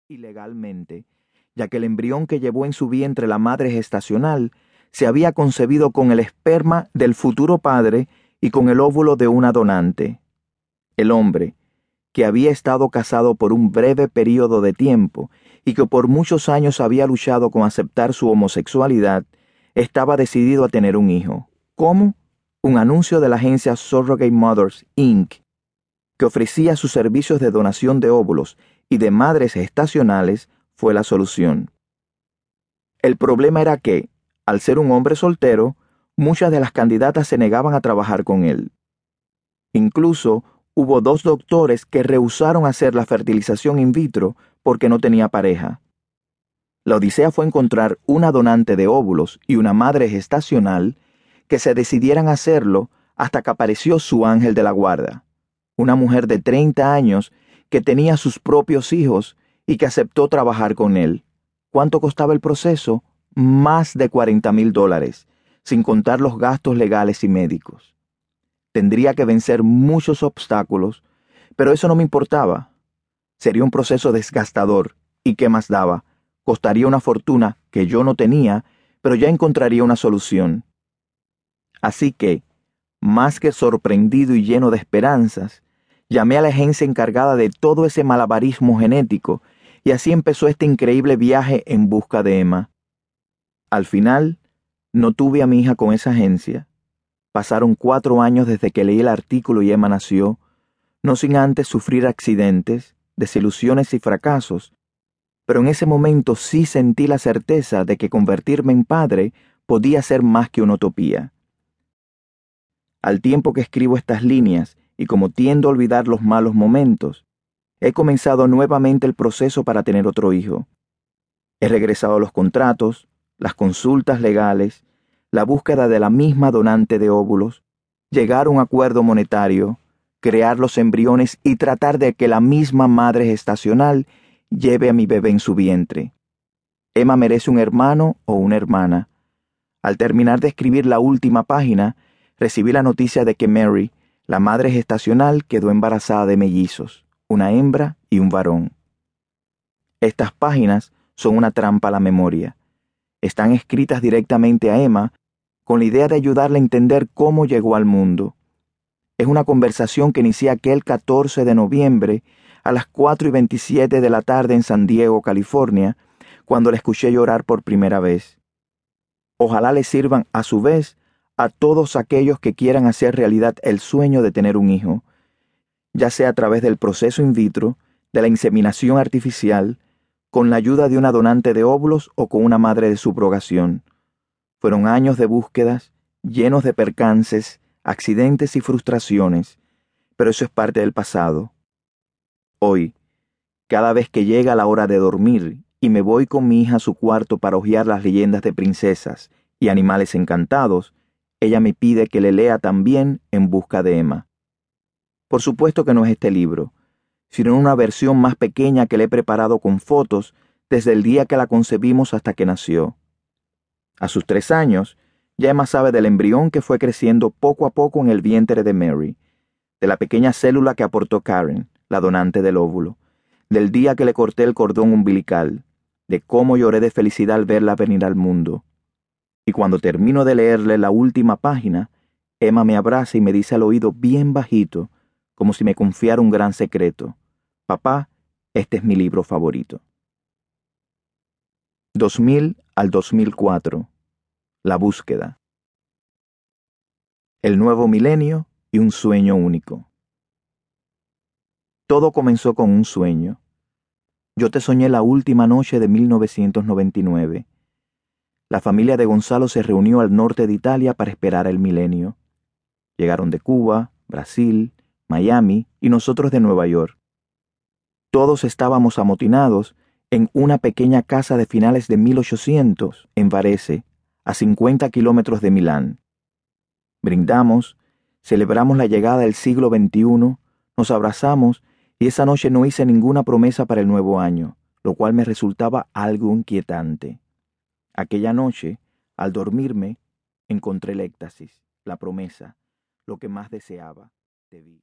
ilegalmente, ya que el embrión que llevó en su vientre la madre gestacional se había concebido con el esperma del futuro padre y con el óvulo de una donante. El hombre, que había estado casado por un breve período de tiempo y que por muchos años había luchado con aceptar su homosexualidad, estaba decidido a tener un hijo. ¿Cómo? Un anuncio de la agencia Surrogate Mothers, Inc., que ofrecía sus servicios de donación de óvulos y de madres gestacionales, fue la solución. El problema era que, al ser un hombre soltero, muchas de las candidatas se negaban a trabajar con él. Incluso hubo 2 doctores que rehusaron hacer la fertilización in vitro porque no tenía pareja. La odisea fue encontrar una donante de óvulos y una madre gestacional que se decidieran a hacerlo hasta que apareció su ángel de la guarda, una mujer de 30 años que tenía sus propios hijos y que aceptó trabajar con él. ¿Cuánto costaba el proceso? Más de $40,000, sin contar los gastos legales y médicos. Tendría que vencer muchos obstáculos, pero eso no me importaba. Sería un proceso desgastador, y ¿qué más daba? Costaría una fortuna que yo no tenía, pero ya encontraría una solución. Así que, más que sorprendido y lleno de esperanzas, llamé a la agencia encargada de todo ese malabarismo genético, y así empezó este increíble viaje en busca de Emma. Al final, no tuve a mi hija con esa agencia. Pasaron 4 años desde que leí el artículo y Emma nació, no sin antes sufrir accidentes, desilusiones y fracasos, pero en ese momento sí sentí la certeza de que convertirme en padre podía ser más que una utopía. Al tiempo que escribo estas líneas, y como tiendo a olvidar los malos momentos, he comenzado nuevamente el proceso para tener otro hijo. He regresado a los contratos, las consultas legales, la búsqueda de la misma donante de óvulos, llegar a un acuerdo monetario, crear los embriones y tratar de que la misma madre gestacional lleve a mi bebé en su vientre. Emma merece un hermano o una hermana. Al terminar de escribir la última página, recibí la noticia de que Mary, la madre gestacional, quedó embarazada de mellizos, una hembra y un varón. Estas páginas son una trampa a la memoria. Están escritas directamente a Emma con la idea de ayudarle a entender cómo llegó al mundo. Es una conversación que inicié aquel 14 de noviembre a las 4:27 de la tarde en San Diego, California, cuando la escuché llorar por primera vez. Ojalá le sirvan a su vez a todos aquellos que quieran hacer realidad el sueño de tener un hijo, ya sea a través del proceso in vitro, de la inseminación artificial, con la ayuda de una donante de óvulos o con una madre de subrogación. Fueron años de búsquedas, llenos de percances, accidentes y frustraciones, pero eso es parte del pasado. Hoy, cada vez que llega la hora de dormir y me voy con mi hija a su cuarto para hojear las leyendas de princesas y animales encantados, ella me pide que le lea también En busca de Emma. Por supuesto que no es este libro, sino una versión más pequeña que le he preparado con fotos desde el día que la concebimos hasta que nació. A sus 3 años, ya Emma sabe del embrión que fue creciendo poco a poco en el vientre de Mary, de la pequeña célula que aportó Karen, la donante del óvulo, del día que le corté el cordón umbilical, de cómo lloré de felicidad al verla venir al mundo. Y cuando termino de leerle la última página, Emma me abraza y me dice al oído bien bajito, como si me confiara un gran secreto: «Papá, este es mi libro favorito». 2000 al 2004. La búsqueda. El nuevo milenio y un sueño único. Todo comenzó con un sueño. Yo te soñé la última noche de 1999. La familia de Gonzalo se reunió al norte de Italia para esperar el milenio. Llegaron de Cuba, Brasil, Miami y nosotros de Nueva York. Todos estábamos amotinados en una pequeña casa de finales de 1800 en Varese, a 50 kilómetros de Milán. Brindamos, celebramos la llegada del siglo XXI, nos abrazamos y esa noche no hice ninguna promesa para el nuevo año, lo cual me resultaba algo inquietante. Aquella noche, al dormirme, encontré el éxtasis, la promesa, lo que más deseaba. Te vi.